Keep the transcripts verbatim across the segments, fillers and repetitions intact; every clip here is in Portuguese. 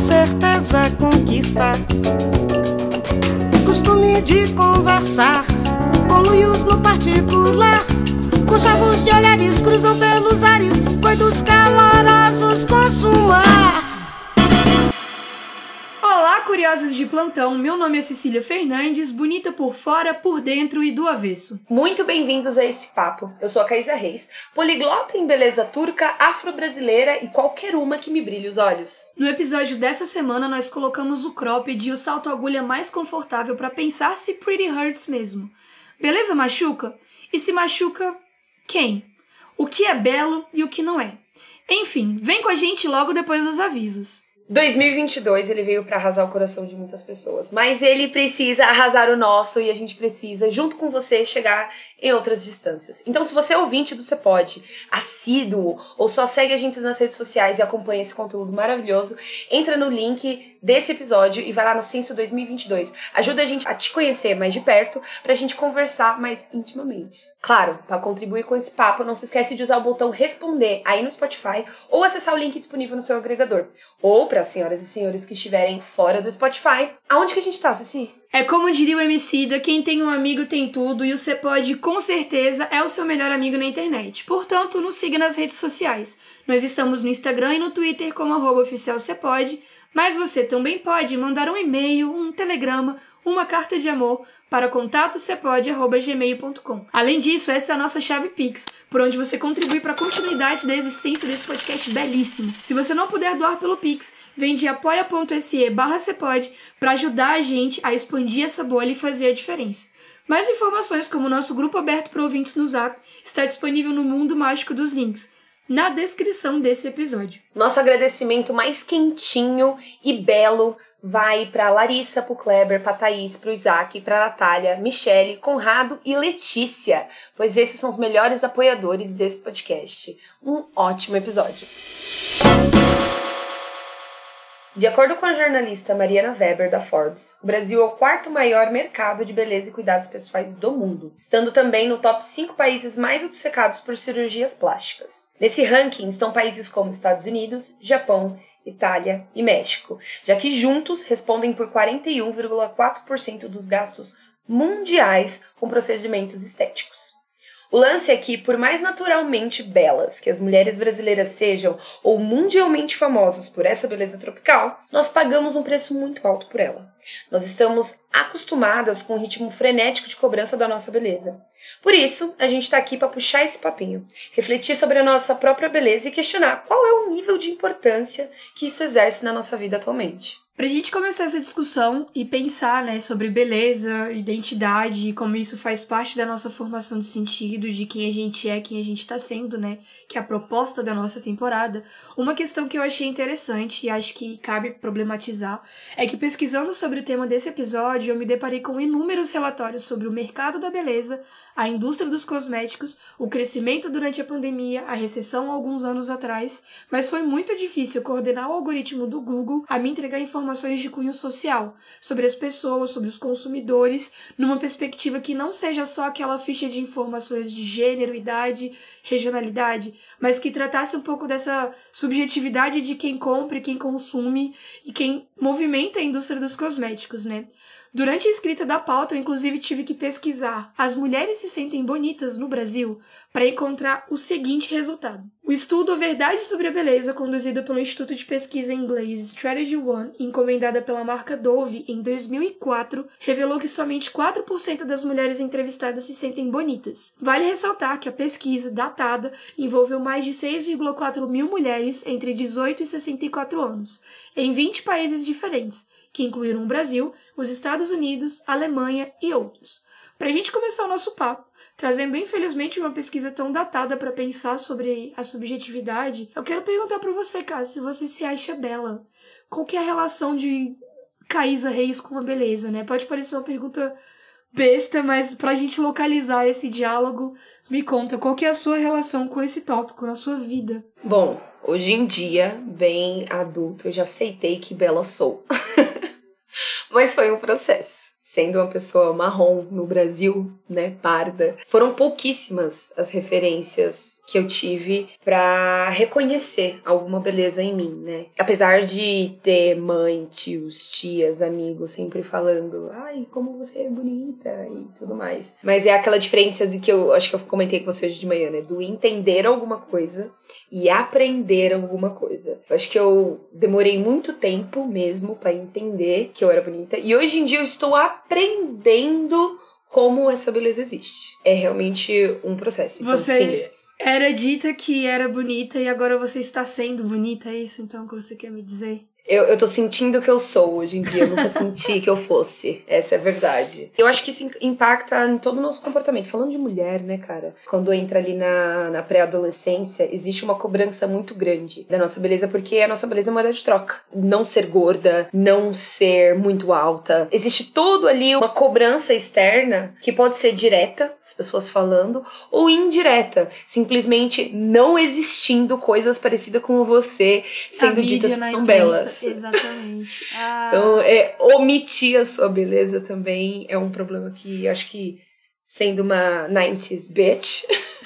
certeza conquista. Costume de conversar com luios no particular, com chavos de olhares cruzam pelos ares, coitos calorosos consumar. Olá, curiosos de plantão, meu nome é Cecília Fernandes, bonita por fora, por dentro e do avesso. Muito bem-vindos a esse papo. Eu sou a Caísa Reis, poliglota em beleza turca, afro-brasileira e qualquer uma que me brilhe os olhos. No episódio dessa semana, nós colocamos o cropped e o salto-agulha mais confortável para pensar se pretty hurts mesmo. Beleza machuca? E se machuca, quem? O que é belo e o que não é? Enfim, vem com a gente logo depois dos avisos. dois mil e vinte e dois ele veio pra arrasar o coração de muitas pessoas, mas ele precisa arrasar o nosso e a gente precisa, junto com você, chegar em outras distâncias. Então, se você é ouvinte do Você Pode, assíduo, ou só segue a gente nas redes sociais e acompanha esse conteúdo maravilhoso, entra no link desse episódio e vai lá no Censo dois mil e vinte e dois. Ajuda a gente a te conhecer mais de perto pra gente conversar mais intimamente. Claro, para contribuir com esse papo, não se esquece de usar o botão responder aí no Spotify ou acessar o link disponível no seu agregador. Ou para as senhoras e senhores que estiverem fora do Spotify. Aonde que a gente tá, Ceci? É como diria o Emicida, quem tem um amigo tem tudo e o Você Pode, com certeza, é o seu melhor amigo na internet. Portanto, nos siga nas redes sociais. Nós estamos no Instagram e no Twitter como arroba oficial Você Pode, mas você também pode mandar um e-mail, um telegrama, uma carta de amor para contato cepode arroba gmail ponto com. Além disso, essa é a nossa chave Pix, por onde você contribui para a continuidade da existência desse podcast belíssimo. Se você não puder doar pelo Pix, vem de apoia.se barra cepode para ajudar a gente a expandir essa bolha e fazer a diferença. Mais informações, como o nosso grupo aberto para ouvintes no Zap, está disponível no Mundo Mágico dos Links, na descrição desse episódio. Nosso agradecimento mais quentinho e belo vai para Larissa, pro Kleber, pra Thaís, pro Isaac, pra Natália, Michele, Conrado e Letícia, pois esses são os melhores apoiadores desse podcast. Um ótimo episódio. De acordo com a jornalista Mariana Weber, da Forbes, o Brasil é o quarto maior mercado de beleza e cuidados pessoais do mundo, estando também no top cinco países mais obcecados por cirurgias plásticas. Nesse ranking estão países como Estados Unidos, Japão, Itália e México, já que juntos respondem por quarenta e um vírgula quatro por cento dos gastos mundiais com procedimentos estéticos. O lance é que, por mais naturalmente belas que as mulheres brasileiras sejam, ou mundialmente famosas por essa beleza tropical, nós pagamos um preço muito alto por ela. Nós estamos acostumadas com o ritmo frenético de cobrança da nossa beleza. Por isso, a gente está aqui para puxar esse papinho, refletir sobre a nossa própria beleza e questionar qual é o nível de importância que isso exerce na nossa vida atualmente. Pra gente começar essa discussão e pensar, né, sobre beleza, identidade e como isso faz parte da nossa formação de sentido, de quem a gente é, quem a gente tá sendo, né, que é a proposta da nossa temporada, uma questão que eu achei interessante e acho que cabe problematizar é que pesquisando sobre o tema desse episódio, eu me deparei com inúmeros relatórios sobre o mercado da beleza, a indústria dos cosméticos, o crescimento durante a pandemia, a recessão há alguns anos atrás, mas foi muito difícil coordenar o algoritmo do Google a me entregar informações de cunho social, sobre as pessoas, sobre os consumidores, numa perspectiva que não seja só aquela ficha de informações de gênero, idade, regionalidade, mas que tratasse um pouco dessa subjetividade de quem compra e quem consome e quem movimenta a indústria dos cosméticos, né? Durante a escrita da pauta, eu inclusive tive que pesquisar as mulheres se sentem bonitas no Brasil para encontrar o seguinte resultado. O estudo A Verdade sobre a Beleza, conduzido pelo Instituto de Pesquisa Inglês Strategy One, encomendada pela marca Dove em dois mil e quatro, revelou que somente quatro por cento das mulheres entrevistadas se sentem bonitas. Vale ressaltar que a pesquisa, datada, envolveu mais de seis vírgula quatro mil mulheres entre dezoito e sessenta e quatro anos, em vinte países diferentes, que incluíram o Brasil, os Estados Unidos, a Alemanha e outros. Para a gente começar o nosso papo, trazendo infelizmente uma pesquisa tão datada para pensar sobre a subjetividade, eu quero perguntar para você, cara, se você se acha bela. Qual que é a relação de Caísa Reis com a beleza, né? Pode parecer uma pergunta besta, mas pra gente localizar esse diálogo, me conta, qual que é a sua relação com esse tópico na sua vida? Bom, hoje em dia, bem adulto, eu já aceitei que bela sou. Mas foi um processo. sendo uma pessoa marrom no Brasil, né, parda, foram pouquíssimas as referências que eu tive pra reconhecer alguma beleza em mim, né? Apesar de ter mãe, tios, tias, amigos sempre falando, ai, como você é bonita e tudo mais. Mas é aquela diferença de que eu acho que eu comentei com você hoje de manhã, né? Do entender alguma coisa e aprender alguma coisa. Eu acho que eu demorei muito tempo mesmo pra entender que eu era bonita. E hoje em dia eu estou aprendendo como essa beleza existe. É realmente um processo. Então, você sim. Era dita que era bonita e agora você está sendo bonita, é isso então que você quer me dizer? Eu, eu tô sentindo que eu sou hoje em dia, eu nunca senti que eu fosse. Essa é a verdade. Eu acho que isso impacta em todo o nosso comportamento. Falando de mulher, né, cara? Quando entra ali na, na pré-adolescência, existe uma cobrança muito grande da nossa beleza, porque a nossa beleza é moeda de troca. Não ser gorda, não ser muito alta. Existe todo ali uma cobrança externa que pode ser direta, as pessoas falando, ou indireta. Simplesmente não existindo coisas parecidas com você, sendo ditas que são belas. Exatamente. Ah. Então, é, omitir a sua beleza também é um problema que acho que, sendo uma nineties bitch,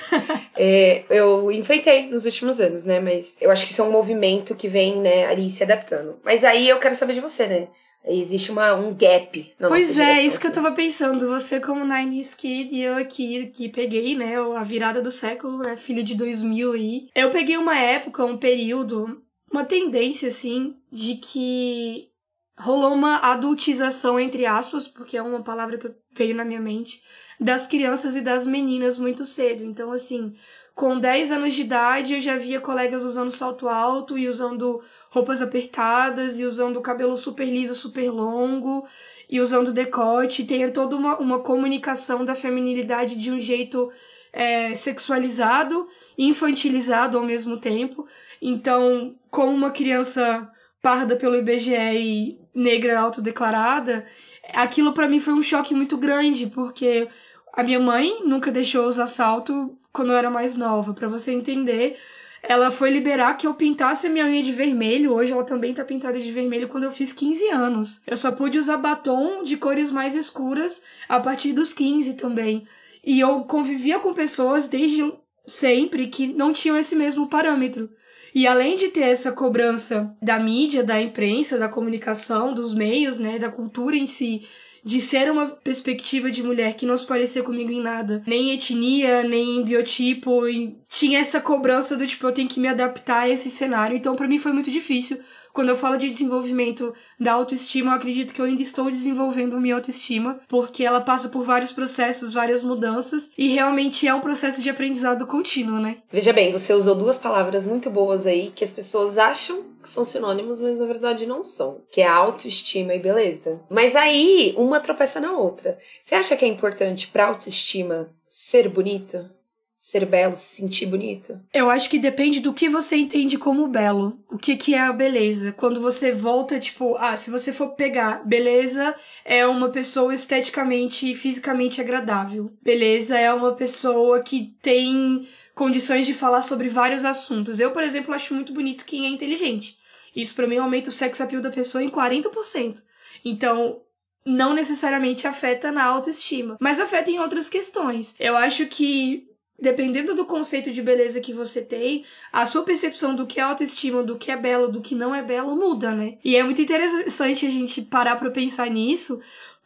é, eu enfrentei nos últimos anos, né? Mas eu acho que isso é um movimento que vem, né, ali se adaptando. Mas aí eu quero saber de você, né? Existe uma, um gap na pois nossa é, geração, isso que assim. eu tava pensando. Você como nineties kid e eu aqui, que peguei, né, a virada do século, né, filha de dois mil aí. Eu peguei uma época, um período, uma tendência, assim, de que rolou uma adultização, entre aspas, porque é uma palavra que veio na minha mente, das crianças e das meninas muito cedo. Então, assim, com dez anos de idade, eu já via colegas usando salto alto e usando roupas apertadas e usando cabelo super liso, super longo e usando decote. Tem toda uma, uma comunicação da feminilidade de um jeito é, sexualizado e infantilizado ao mesmo tempo. Então, como uma criança parda pelo I B G E e negra autodeclarada, aquilo pra mim foi um choque muito grande, porque a minha mãe nunca deixou eu usar salto quando eu era mais nova. Pra você entender, ela foi liberar que eu pintasse a minha unha de vermelho. Hoje ela também tá pintada de vermelho quando eu fiz quinze anos. Eu só pude usar batom de cores mais escuras a partir dos quinze também. E eu convivia com pessoas desde sempre que não tinham esse mesmo parâmetro. E além de ter essa cobrança da mídia, da imprensa, da comunicação, dos meios, né, da cultura em si, de ser uma perspectiva de mulher que não se parecia comigo em nada, nem em etnia, nem em biotipo, e tinha essa cobrança do tipo, eu tenho que me adaptar a esse cenário. Então, pra mim foi muito difícil. Quando eu falo de desenvolvimento da autoestima, eu acredito que eu ainda estou desenvolvendo minha autoestima, porque ela passa por vários processos, várias mudanças, e realmente é um processo de aprendizado contínuo, né? Veja bem, você usou duas palavras muito boas aí, que as pessoas acham que são sinônimos, mas na verdade não são, que é autoestima e beleza. Mas aí, uma tropeça na outra. Você acha que é importante pra autoestima ser bonito? Ser belo, se sentir bonito? Eu acho que depende do que você entende como belo. O que, que é a beleza? Quando você volta, tipo, ah, se você for pegar, beleza é uma pessoa esteticamente e fisicamente agradável. Beleza é uma pessoa que tem condições de falar sobre vários assuntos. Eu, por exemplo, acho muito bonito quem é inteligente. Isso pra mim aumenta o sex appeal da pessoa em quarenta por cento. Então, não necessariamente afeta na autoestima, mas afeta em outras questões. Eu acho que dependendo do conceito de beleza que você tem, a sua percepção do que é autoestima, do que é belo, do que não é belo, muda, né? E é muito interessante a gente parar pra pensar nisso,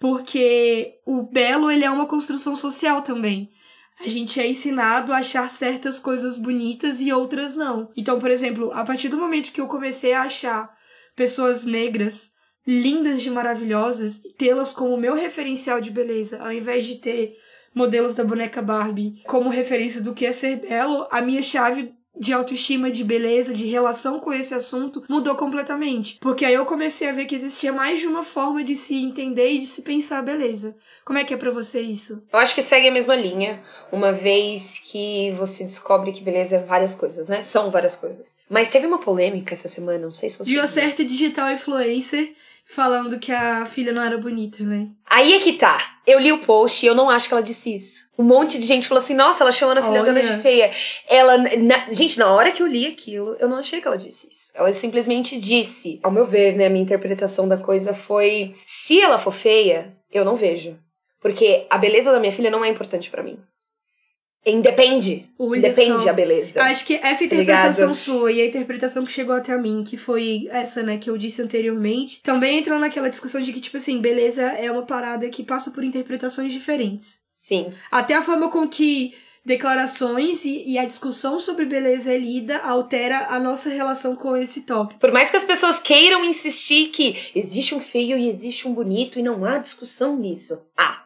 porque o belo, ele é uma construção social também. A gente é ensinado a achar certas coisas bonitas e outras não. Então, por exemplo, a partir do momento que eu comecei a achar pessoas negras lindas de maravilhosas e tê-las como meu referencial de beleza, ao invés de ter modelos da boneca Barbie como referência do que é ser belo, a minha chave de autoestima, de beleza, de relação com esse assunto mudou completamente. Porque aí eu comecei a ver que existia mais de uma forma de se entender e de se pensar a beleza. Como é que é pra você isso? Eu acho que segue a mesma linha, uma vez que você descobre que beleza é várias coisas, né? São várias coisas. Mas teve uma polêmica essa semana, não sei se você... De uma certa digital influencer falando que a filha não era bonita, né? Aí é que tá. Eu li o post e eu não acho que ela disse isso. Um monte de gente falou assim, nossa, ela chamando a filha Olha. dela de feia. Ela, na... Gente, na hora que eu li aquilo, eu não achei que ela disse isso. Ela simplesmente disse. Ao meu ver, né, a minha interpretação da coisa foi, se ela for feia, Eu não vejo. Porque a beleza da minha filha não é importante pra mim. Independe. Olha Depende só. a beleza. Acho que essa Tá interpretação ligado? sua e a interpretação que chegou até a mim, que foi essa, né, que eu disse anteriormente, também entrou naquela discussão de que, tipo assim, beleza é uma parada que passa por interpretações diferentes. Sim. Até a forma com que declarações e, e a discussão sobre beleza é lida altera a nossa relação com esse tópico. Por mais que as pessoas queiram insistir que existe um feio e existe um bonito e não há discussão nisso. Ah.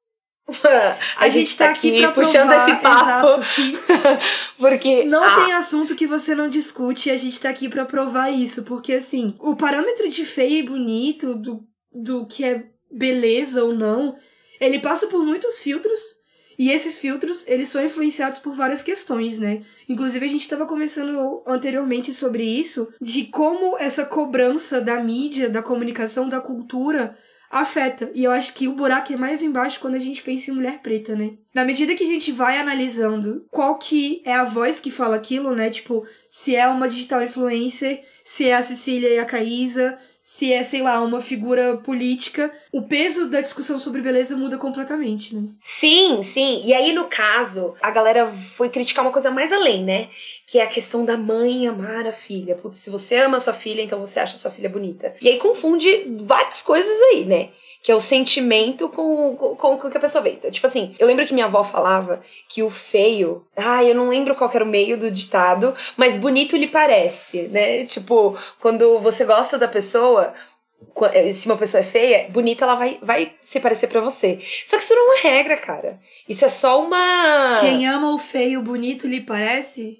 a, A gente, gente tá aqui, aqui pra puxando provar, esse papo. Exato, que porque não ah. tem assunto que você não discute e a gente tá aqui pra provar isso. Porque, assim, o parâmetro de feio e bonito, do, do que é beleza ou não, ele passa por muitos filtros. E esses filtros, eles são influenciados por várias questões, né? Inclusive, a gente estava conversando anteriormente sobre isso, de como essa cobrança da mídia, da comunicação, da cultura afeta. E eu acho que o buraco é mais embaixo quando a gente pensa em mulher preta, né? Na medida que a gente vai analisando qual que é a voz que fala aquilo, né? Tipo, se é uma digital influencer, se é a Cecília e a Caísa, se é, sei lá, uma figura política, o peso da discussão sobre beleza muda completamente, né? Sim, sim. E aí, no caso, a galera foi criticar uma coisa mais além, né? Que é a questão da mãe amar a filha. Putz, se você ama a sua filha, então você acha a sua filha bonita. E aí confunde várias coisas aí, né? Que é o sentimento com, com, com o que a pessoa vê. Então, tipo assim, eu lembro que minha avó falava que o feio... Ah, eu não lembro qual era o meio do ditado, mas bonito lhe parece, né? Tipo, quando você gosta da pessoa... Se uma pessoa é feia, bonita, ela vai, vai se parecer pra você. Só que isso não é uma regra, cara. Isso é só uma... Quem ama o feio, bonito lhe parece?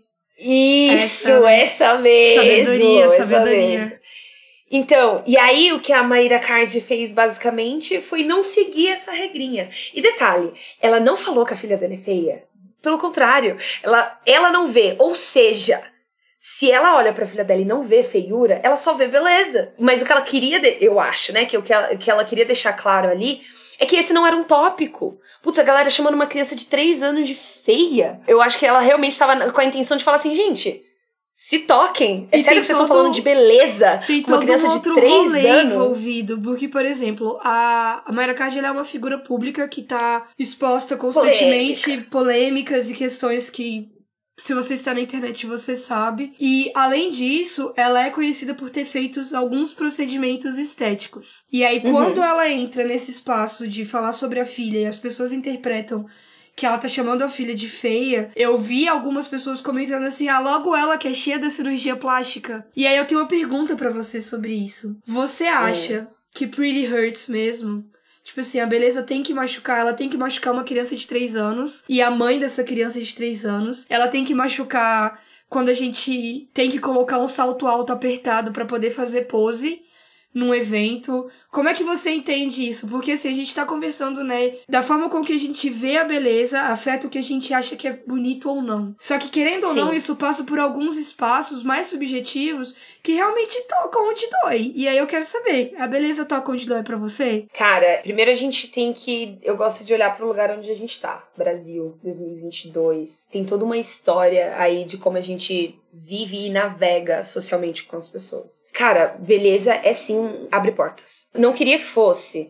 Isso, essa, né? essa mesmo. Sabedoria, essa sabedoria. Mesmo. Então, e aí o que a Mayra Card fez basicamente foi não seguir essa regrinha. E detalhe, ela não falou que a filha dela é feia. Pelo contrário, ela, ela não vê. Ou seja, se ela olha pra filha dela e não vê feiura, ela só vê beleza. Mas o que ela queria, de, eu acho, né, que o que ela, que ela queria deixar claro ali é que esse não era um tópico. Putz, a galera chamando uma criança de três anos de feia. Eu acho que ela realmente estava com a intenção de falar assim, gente... Se toquem. É e sério que vocês estão falando de beleza? Tem com uma todo criança um outro de três rolê anos? envolvido. Porque, por exemplo, a, a Mayra Card ela é uma figura pública que tá exposta constantemente Polêmica. polêmicas e questões que, se você está na internet, você sabe. E, além disso, ela é conhecida por ter feito alguns procedimentos estéticos. E aí, quando Uhum. ela entra nesse espaço de falar sobre a filha e as pessoas interpretam que ela tá chamando a filha de feia, eu vi algumas pessoas comentando assim, ah, logo ela que é cheia da cirurgia plástica. E aí eu tenho uma pergunta pra você sobre isso. Você acha é. que Pretty Hurts mesmo? Tipo assim, a beleza tem que machucar, ela tem que machucar uma criança de três anos e a mãe dessa criança de três anos. Ela tem que machucar quando a gente tem que colocar um salto alto apertado pra poder fazer pose num evento. Como é que você entende isso? Porque assim, a gente tá conversando, né, da forma com que a gente vê a beleza afeta o que a gente acha que é bonito ou não. Só que, querendo ou Sim. não, isso passa por alguns espaços mais subjetivos que realmente tocam onde dói. E aí eu quero saber, a beleza toca onde dói pra você? Cara, primeiro a gente tem que... Eu gosto de olhar pro lugar onde a gente tá. Brasil, dois mil e vinte e dois. Tem toda uma história aí de como a gente vive e navega socialmente com as pessoas. Cara, beleza é sim, abre portas. Não queria que fosse,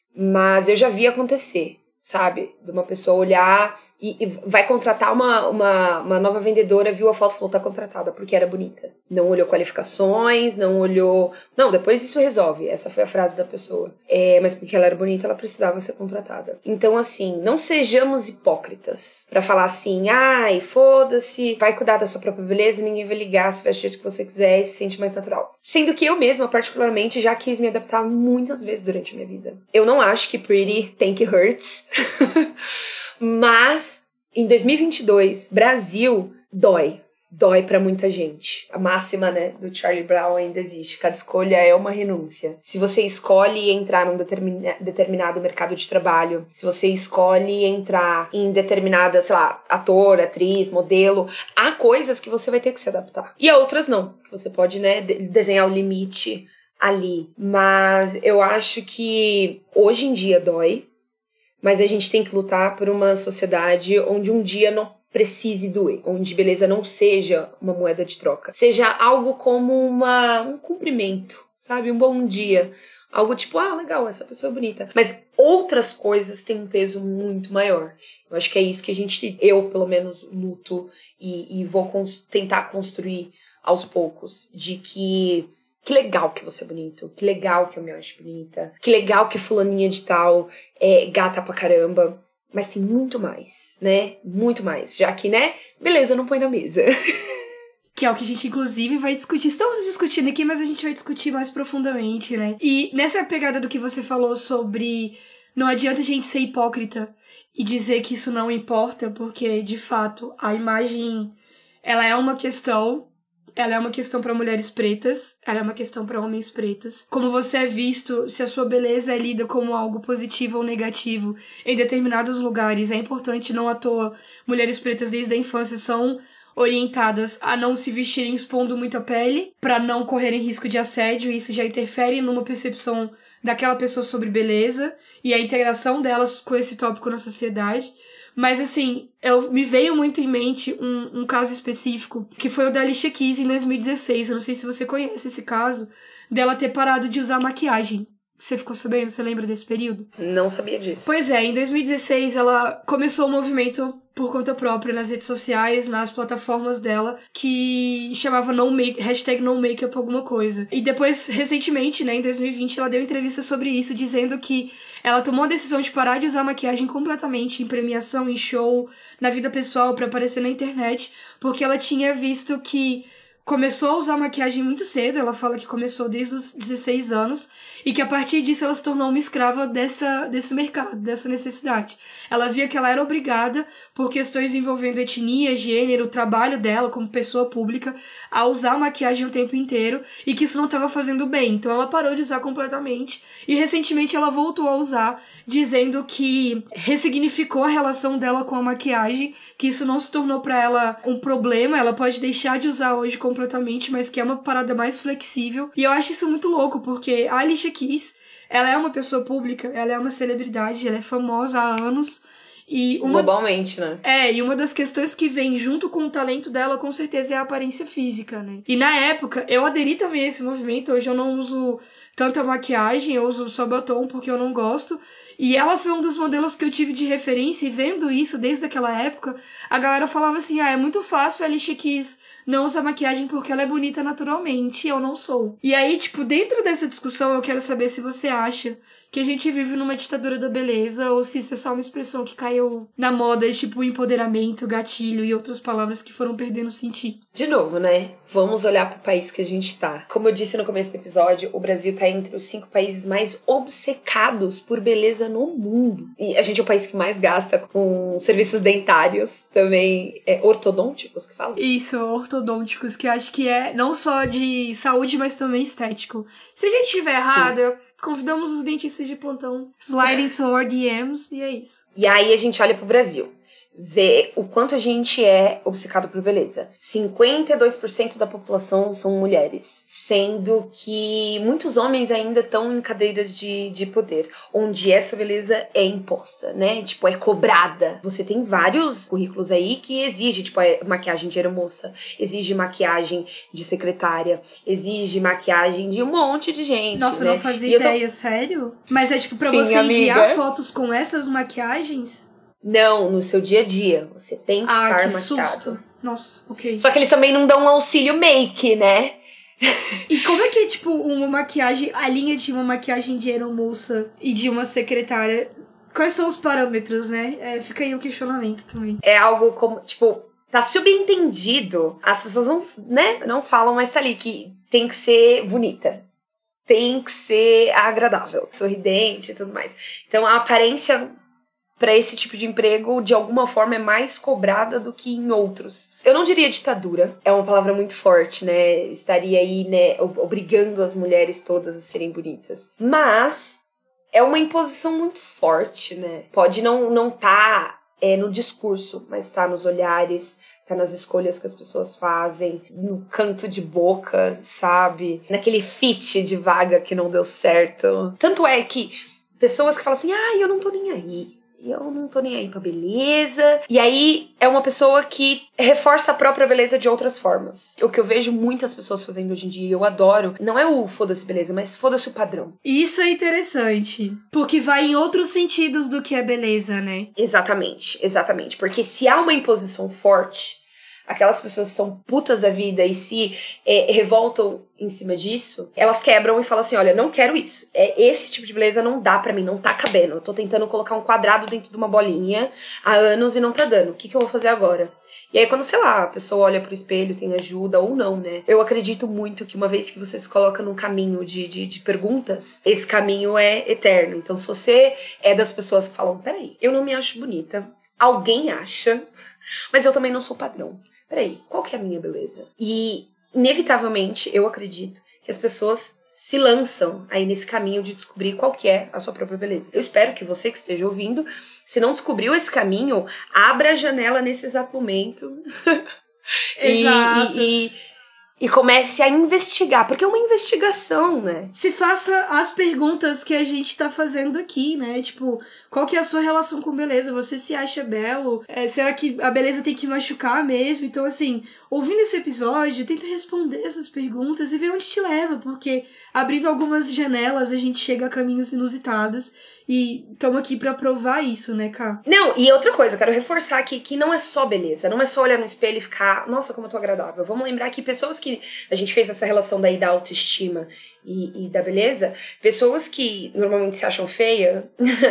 mas eu já vi acontecer, sabe? De uma pessoa olhar e, e vai contratar uma, uma, uma nova vendedora, viu a foto e falou, tá contratada, porque era bonita. Não olhou qualificações, não olhou... Não, depois isso resolve. Essa foi a frase da pessoa. É, mas porque ela era bonita, ela precisava ser contratada. Então, assim, não sejamos hipócritas pra falar assim, ai, foda-se, vai cuidar da sua própria beleza, ninguém vai ligar, se veste do jeito que você quiser e se sente mais natural. Sendo que eu mesma, particularmente, já quis me adaptar muitas vezes durante a minha vida. Eu não acho que pretty tem que hurts. Mas, em dois mil e vinte e dois, Brasil, dói. Dói pra muita gente. A máxima, né, do Charlie Brown ainda existe. Cada escolha é uma renúncia. Se você escolhe entrar num determina- determinado mercado de trabalho, se você escolhe entrar em determinada, sei lá, ator, atriz, modelo, há coisas que você vai ter que se adaptar. E há outras não. Que você pode, né, de- desenhar o limite ali. Mas eu acho que hoje em dia dói. Mas a gente tem que lutar por uma sociedade onde um dia não precise doer. Onde beleza não seja uma moeda de troca. Seja algo como uma, um cumprimento, sabe? Um bom dia. Algo tipo, ah, legal, essa pessoa é bonita. Mas outras coisas têm um peso muito maior. Eu acho que é isso que a gente, eu pelo menos, luto e, e vou cons- tentar construir aos poucos, de que que legal que você é bonito, que legal que eu me acho bonita, que legal que fulaninha de tal é gata pra caramba, mas tem muito mais, né? Muito mais, já que, né? Beleza, não põe na mesa. Que é o que a gente, inclusive, vai discutir. Estamos discutindo aqui, mas a gente vai discutir mais profundamente, né? E nessa pegada do que você falou sobre não adianta a gente ser hipócrita e dizer que isso não importa, porque, de fato, a imagem, ela é uma questão, ela é uma questão para mulheres pretas, ela é uma questão para homens pretos. Como você é visto, se a sua beleza é lida como algo positivo ou negativo em determinados lugares, é importante, não à toa, mulheres pretas desde a infância são orientadas a não se vestirem expondo muito a pele, para não correrem risco de assédio, e isso já interfere numa percepção daquela pessoa sobre beleza e a integração delas com esse tópico na sociedade. Mas, assim, eu, me veio muito em mente um, um caso específico, que foi o da Alicia Keys em dois mil e dezesseis. Eu não sei se você conhece esse caso, dela ter parado de usar maquiagem. Você ficou sabendo? Você lembra desse período? Não sabia disso. Pois é, em dois mil e dezesseis ela começou um movimento por conta própria nas redes sociais, nas plataformas dela, que chamava no make, hashtag no makeup alguma coisa. E depois, recentemente, né, em dois mil e vinte, ela deu entrevista sobre isso, dizendo que ela tomou a decisão de parar de usar maquiagem completamente em premiação, em show, na vida pessoal, pra aparecer na internet, porque ela tinha visto que começou a usar maquiagem muito cedo, ela fala que começou desde os dezesseis anos, e que a partir disso ela se tornou uma escrava dessa, desse mercado, dessa necessidade. Ela via que ela era obrigada, por questões envolvendo etnia, gênero, o trabalho dela como pessoa pública, a usar maquiagem o tempo inteiro, e que isso não estava fazendo bem. Então ela parou de usar completamente, e recentemente ela voltou a usar, dizendo que ressignificou a relação dela com a maquiagem, que isso não se tornou para ela um problema, ela pode deixar de usar hoje completamente, mas que é uma parada mais flexível. E eu acho isso muito louco, porque a Alicia Keys, ela é uma pessoa pública, ela é uma celebridade, ela é famosa há anos. E uma, globalmente, né? É, e uma das questões que vem junto com o talento dela, com certeza, é a aparência física, né? E na época, eu aderi também a esse movimento. Hoje eu não uso tanta maquiagem, eu uso só batom porque eu não gosto. E ela foi um dos modelos que eu tive de referência, e vendo isso desde aquela época, a galera falava assim, ah, é muito fácil a Alicia Keys não usa maquiagem porque ela é bonita naturalmente, eu não sou. E aí, tipo, dentro dessa discussão, eu quero saber se você acha que a gente vive numa ditadura da beleza, ou se isso é só uma expressão que caiu na moda, tipo empoderamento, gatilho e outras palavras que foram perdendo sentido. De novo, né? Vamos olhar pro país que a gente tá. Como eu disse no começo do episódio, o Brasil tá entre os cinco países mais obcecados por beleza no mundo. E a gente é o país que mais gasta com serviços dentários, também é, ortodônticos, que fala? Isso, ortodônticos, que eu acho que é não só de saúde, mas também estético. Se a gente estiver errada, convidamos os dentistas de plantão, slide into our D Ms, e é isso. E aí a gente olha pro Brasil, vê o quanto a gente é obcecado por beleza. cinquenta e dois por cento da população são mulheres, sendo que muitos homens ainda estão em cadeiras de, de poder, onde essa beleza é imposta, né? Tipo, é cobrada. Você tem vários currículos aí que exige, tipo, a maquiagem de aeromoça, exige maquiagem de secretária, exige maquiagem de um monte de gente, Nossa, né? eu não fazia E ideia, tô... sério? Mas é tipo, pra Sim, você enviar amiga. fotos com essas maquiagens? Não, no seu dia a dia. Você tem que Ah, estar que maquiado. susto. Nossa, ok. Só que eles também não dão um auxílio make, né? E como é que é, tipo, uma maquiagem, a linha de uma maquiagem de aeromoça e de uma secretária, quais são os parâmetros, né? É, fica aí o questionamento também. É algo como, tipo, tá subentendido. As pessoas não, né, não falam, mas tá ali que tem que ser bonita. Tem que ser agradável, sorridente e tudo mais. Então a aparência para esse tipo de emprego, de alguma forma, é mais cobrada do que em outros. Eu não diria ditadura, é uma palavra muito forte, né? Estaria aí, né, obrigando as mulheres todas a serem bonitas. Mas é uma imposição muito forte, né? Pode não não tá é, no discurso, mas tá nos olhares, tá nas escolhas que as pessoas fazem, no canto de boca, sabe? Naquele fit de vaga que não deu certo. Tanto é que pessoas que falam assim, ah, eu não tô nem aí. eu não tô nem aí pra beleza. E aí é uma pessoa que reforça a própria beleza de outras formas. O que eu vejo muitas pessoas fazendo hoje em dia, eu adoro, não é o foda-se beleza, mas foda-se o padrão. Isso é interessante, porque vai em outros sentidos do que é beleza, né? Exatamente, exatamente. Porque se há uma imposição forte, aquelas pessoas que estão putas da vida e se é, revoltam em cima disso, elas quebram e falam assim, olha, não quero isso. É, esse tipo de beleza não dá pra mim, não tá cabendo. Eu tô tentando colocar um quadrado dentro de uma bolinha há anos e não tá dando. O que que eu vou fazer agora? E aí quando, sei lá, a pessoa olha pro espelho, tem ajuda ou não, né? Eu acredito muito que uma vez que você se coloca num caminho de, de, de perguntas, esse caminho é eterno. Então se você é das pessoas que falam, peraí, eu não me acho bonita, alguém acha, mas eu também não sou padrão. Peraí, qual que é a minha beleza? E, inevitavelmente, eu acredito que as pessoas se lançam aí nesse caminho de descobrir qual que é a sua própria beleza. Eu espero que você que esteja ouvindo, se não descobriu esse caminho, abra a janela nesse exato momento. Exato. E, e, e, e comece a investigar, porque é uma investigação, né? Se faça as perguntas que a gente tá fazendo aqui, né? Tipo, qual que é a sua relação com beleza? Você se acha belo? É, será que a beleza tem que machucar mesmo? Então, assim, ouvindo esse episódio, tenta responder essas perguntas e ver onde te leva, porque abrindo algumas janelas, a gente chega a caminhos inusitados. E estamos aqui pra provar isso, né, Ká? Não, e outra coisa, eu quero reforçar aqui que não é só beleza, não é só olhar no espelho e ficar, nossa, como eu tô agradável. Vamos lembrar que pessoas que a gente fez essa relação daí da autoestima e, e da beleza, pessoas que normalmente se acham feia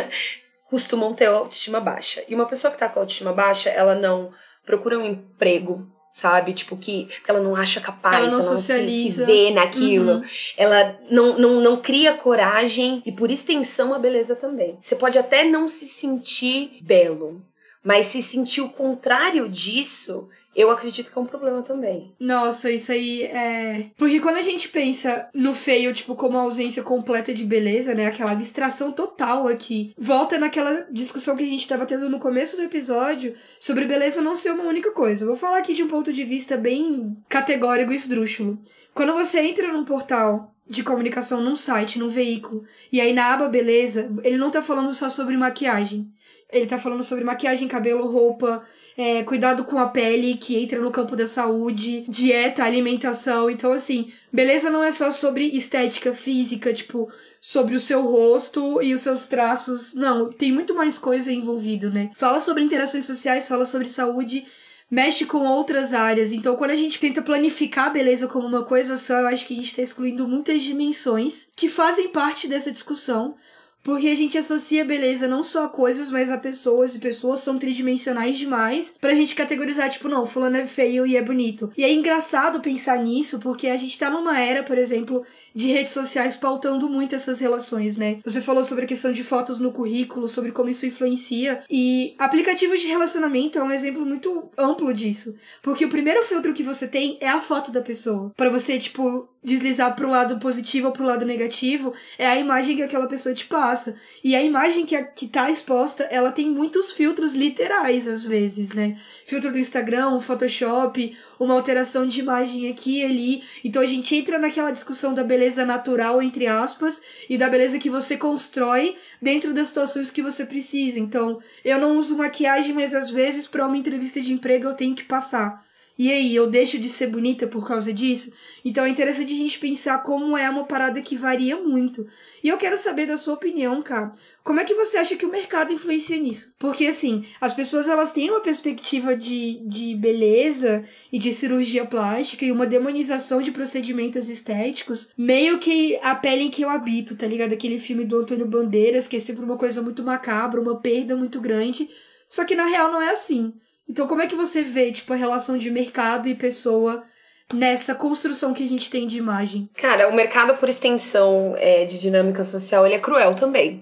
costumam ter autoestima baixa. E uma pessoa que tá com autoestima baixa, ela não procura um emprego, sabe? Tipo, que, que ela não acha capaz, ela não, ela não se, socializa. se vê naquilo. Uhum. Ela não, não, não cria coragem e, por extensão, a beleza também. Você pode até não se sentir belo, mas se sentir o contrário disso, eu acredito que é um problema também. Nossa, isso aí é... Porque quando a gente pensa no feio, tipo, como a ausência completa de beleza, né? Aquela abstração total aqui. Volta naquela discussão que a gente tava tendo no começo do episódio sobre beleza não ser uma única coisa. Eu vou falar aqui de um ponto de vista bem categórico e esdrúxulo. Quando você entra num portal de comunicação, num site, num veículo, e aí na aba beleza, ele não tá falando só sobre maquiagem. Ele tá falando sobre maquiagem, cabelo, roupa, é, cuidado com a pele, que entra no campo da saúde, dieta, alimentação. Então, assim, beleza não é só sobre estética física, tipo, sobre o seu rosto e os seus traços. Não, tem muito mais coisa envolvido, né? Fala sobre interações sociais, fala sobre saúde, mexe com outras áreas. Então, quando a gente tenta planificar a beleza como uma coisa só, eu acho que a gente tá excluindo muitas dimensões que fazem parte dessa discussão. Porque a gente associa beleza não só a coisas, mas a pessoas, e pessoas são tridimensionais demais pra gente categorizar, tipo, não, fulano é feio e é bonito. E é engraçado pensar nisso, porque a gente tá numa era, por exemplo, de redes sociais pautando muito essas relações, né? Você falou sobre a questão de fotos no currículo, sobre como isso influencia, e aplicativos de relacionamento é um exemplo muito amplo disso. Porque o primeiro filtro que você tem é a foto da pessoa. Pra você, tipo, deslizar pro lado positivo ou pro lado negativo, é a imagem que aquela pessoa te passa. E a imagem que, a, que tá exposta, ela tem muitos filtros literais, às vezes, né? Filtro do Instagram, um Photoshop, uma alteração de imagem aqui e ali. Então a gente entra naquela discussão da beleza natural, entre aspas, e da beleza que você constrói dentro das situações que você precisa. Então, eu não uso maquiagem, mas às vezes pra uma entrevista de emprego eu tenho que passar. E aí, eu deixo de ser bonita por causa disso? Então é interessante a gente pensar como é uma parada que varia muito. E eu quero saber da sua opinião, cara. Como é que você acha que o mercado influencia nisso? Porque, assim, as pessoas elas têm uma perspectiva de, de beleza e de cirurgia plástica e uma demonização de procedimentos estéticos, meio que a pele em que eu habito, tá ligado? Aquele filme do Antônio Bandeiras, que é sempre uma coisa muito macabra, uma perda muito grande. Só que, na real, não é assim. Então, como é que você vê, tipo, a relação de mercado e pessoa nessa construção que a gente tem de imagem? Cara, o mercado, por extensão é, de dinâmica social, ele é cruel também.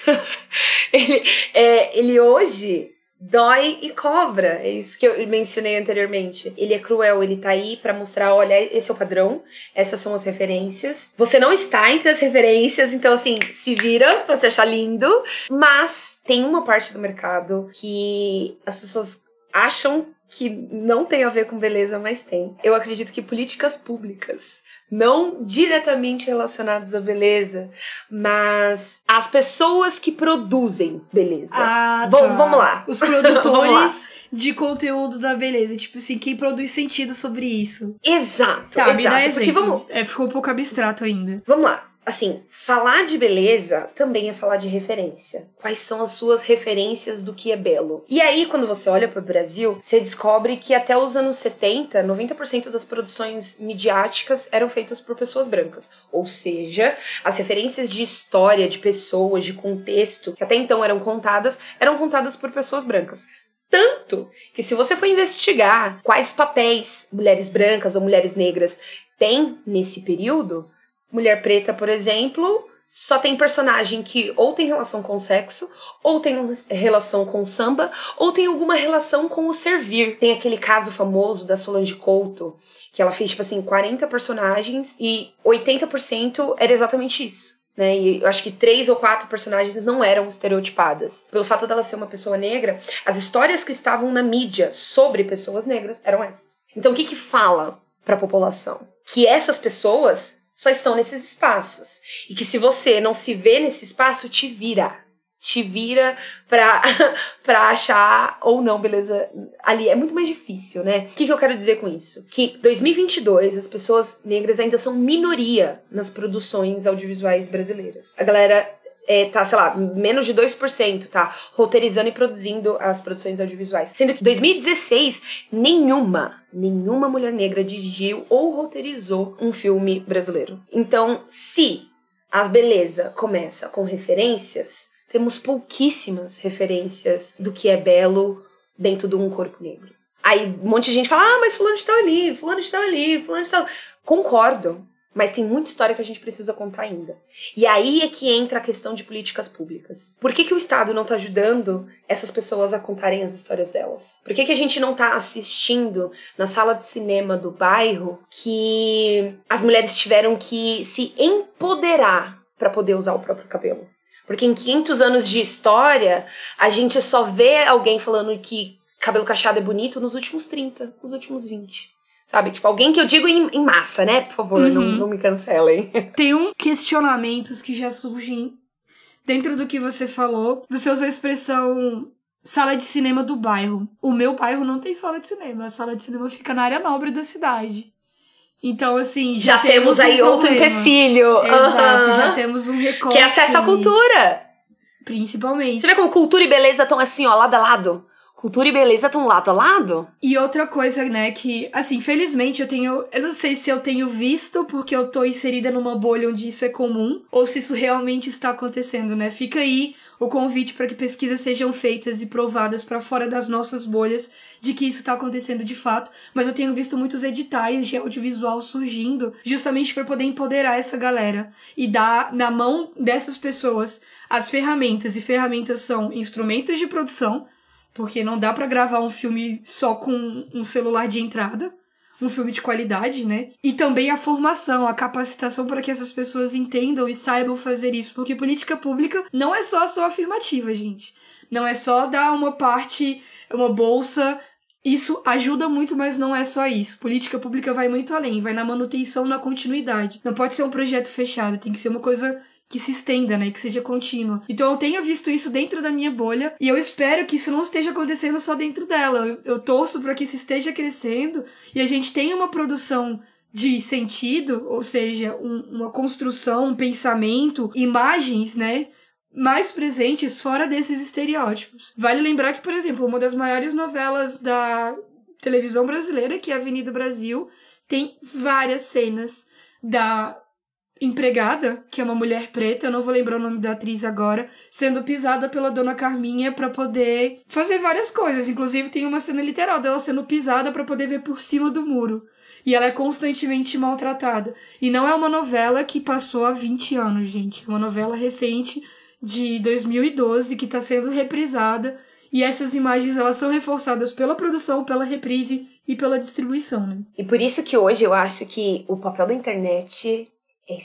ele, é, ele hoje dói e cobra. É isso que eu mencionei anteriormente. Ele é cruel, ele tá aí pra mostrar, olha, esse é o padrão, essas são as referências. Você não está entre as referências, então, assim, se vira pra se achar lindo. Mas tem uma parte do mercado que as pessoas acham que não tem a ver com beleza, mas tem. Eu acredito que políticas públicas, não diretamente relacionadas à beleza, mas as pessoas que produzem beleza. Ah, v- tá. Vamos lá. Os produtores de conteúdo da beleza. Tipo assim, quem produz sentido sobre isso. Exato, Tá, exato. me dá Porque exemplo. vamos, É, ficou um pouco abstrato ainda. vamos lá. Assim, falar de beleza também é falar de referência. Quais são as suas referências do que é belo? E aí, quando você olha para o Brasil, você descobre que até os anos setenta, noventa por cento das produções midiáticas eram feitas por pessoas brancas. Ou seja, as referências de história, de pessoas, de contexto, que até então eram contadas, eram contadas por pessoas brancas. Tanto que se você for investigar quais papéis mulheres brancas ou mulheres negras têm nesse período, mulher preta, por exemplo, só tem personagem que ou tem relação com o sexo, ou tem relação com o samba, ou tem alguma relação com o servir. Tem aquele caso famoso da Solange Couto, que ela fez, tipo assim, quarenta personagens e oitenta por cento era exatamente isso. Né? E eu acho que três ou quatro personagens não eram estereotipadas. Pelo fato dela ser uma pessoa negra, as histórias que estavam na mídia sobre pessoas negras eram essas. Então o que que fala pra população? Que essas pessoas só estão nesses espaços. E que se você não se vê nesse espaço, te vira. Te vira pra, pra achar ou não beleza ali. É muito mais difícil, né? O que, que eu quero dizer com isso? Que dois mil e vinte e dois, as pessoas negras ainda são minoria nas produções audiovisuais brasileiras. A galera é, tá, sei lá, menos de dois por cento, tá? Roteirizando e produzindo as produções audiovisuais. Sendo que em dois mil e dezesseis, nenhuma, nenhuma mulher negra dirigiu ou roteirizou um filme brasileiro. Então, se a beleza começa com referências, temos pouquíssimas referências do que é belo dentro de um corpo negro. Aí um monte de gente fala, ah, mas fulano de tal ali, fulano de tal ali, fulano de tal... Concordo, mas tem muita história que a gente precisa contar ainda. E aí é que entra a questão de políticas públicas. Por que que o Estado não tá ajudando essas pessoas a contarem as histórias delas? Por que que a gente não tá assistindo na sala de cinema do bairro que as mulheres tiveram que se empoderar para poder usar o próprio cabelo? Porque em quinhentos anos de história, a gente só vê alguém falando que cabelo cacheado é bonito nos últimos trinta, nos últimos vinte. Sabe? Tipo, alguém que eu digo em, em massa, né? Por favor, Uhum. não, não me cancelem. Tem um questionamentos que já surgem dentro do que você falou. Você usou a expressão sala de cinema do bairro. O meu bairro não tem sala de cinema. A sala de cinema fica na área nobre da cidade. Então, assim, já, Já temos, temos um aí outro problema. empecilho. Exato, Uhum. já temos um recorte. Que é acesso à aí, cultura. Principalmente. Você vê como cultura e beleza estão assim, ó, lado a lado? Cultura e beleza estão lado a lado? E outra coisa, né, que, assim, felizmente eu tenho... Eu não sei se eu tenho visto porque eu tô inserida numa bolha onde isso é comum, ou se isso realmente está acontecendo, né? Fica aí o convite para que pesquisas sejam feitas e provadas para fora das nossas bolhas de que isso está acontecendo de fato. Mas eu tenho visto muitos editais de audiovisual surgindo justamente para poder empoderar essa galera e dar na mão dessas pessoas as ferramentas. E ferramentas são instrumentos de produção, porque não dá pra gravar um filme só com um celular de entrada, um filme de qualidade, né? E também a formação, a capacitação para que essas pessoas entendam e saibam fazer isso, porque política pública não é só ação afirmativa, gente. Não é só dar uma parte, uma bolsa. Isso ajuda muito, mas não é só isso. Política pública vai muito além, vai na manutenção, na continuidade. Não pode ser um projeto fechado, tem que ser uma coisa que se estenda, né, que seja contínua. Então eu tenho visto isso dentro da minha bolha e eu espero que isso não esteja acontecendo só dentro dela. Eu, eu torço para que isso esteja crescendo e a gente tenha uma produção de sentido, ou seja, um, uma construção, um pensamento, imagens, né, mais presentes fora desses estereótipos. Vale lembrar que, por exemplo, uma das maiores novelas da televisão brasileira, que é Avenida Brasil, tem várias cenas da empregada, que é uma mulher preta, eu não vou lembrar o nome da atriz agora, sendo pisada pela dona Carminha pra poder fazer várias coisas. Inclusive tem uma cena literal dela sendo pisada pra poder ver por cima do muro. E ela é constantemente maltratada. E não é uma novela que passou há vinte anos, gente. É uma novela recente de dois mil e doze que tá sendo reprisada. E essas imagens, elas são reforçadas pela produção, pela reprise e pela distribuição, né? E por isso que hoje eu acho que o papel da internet é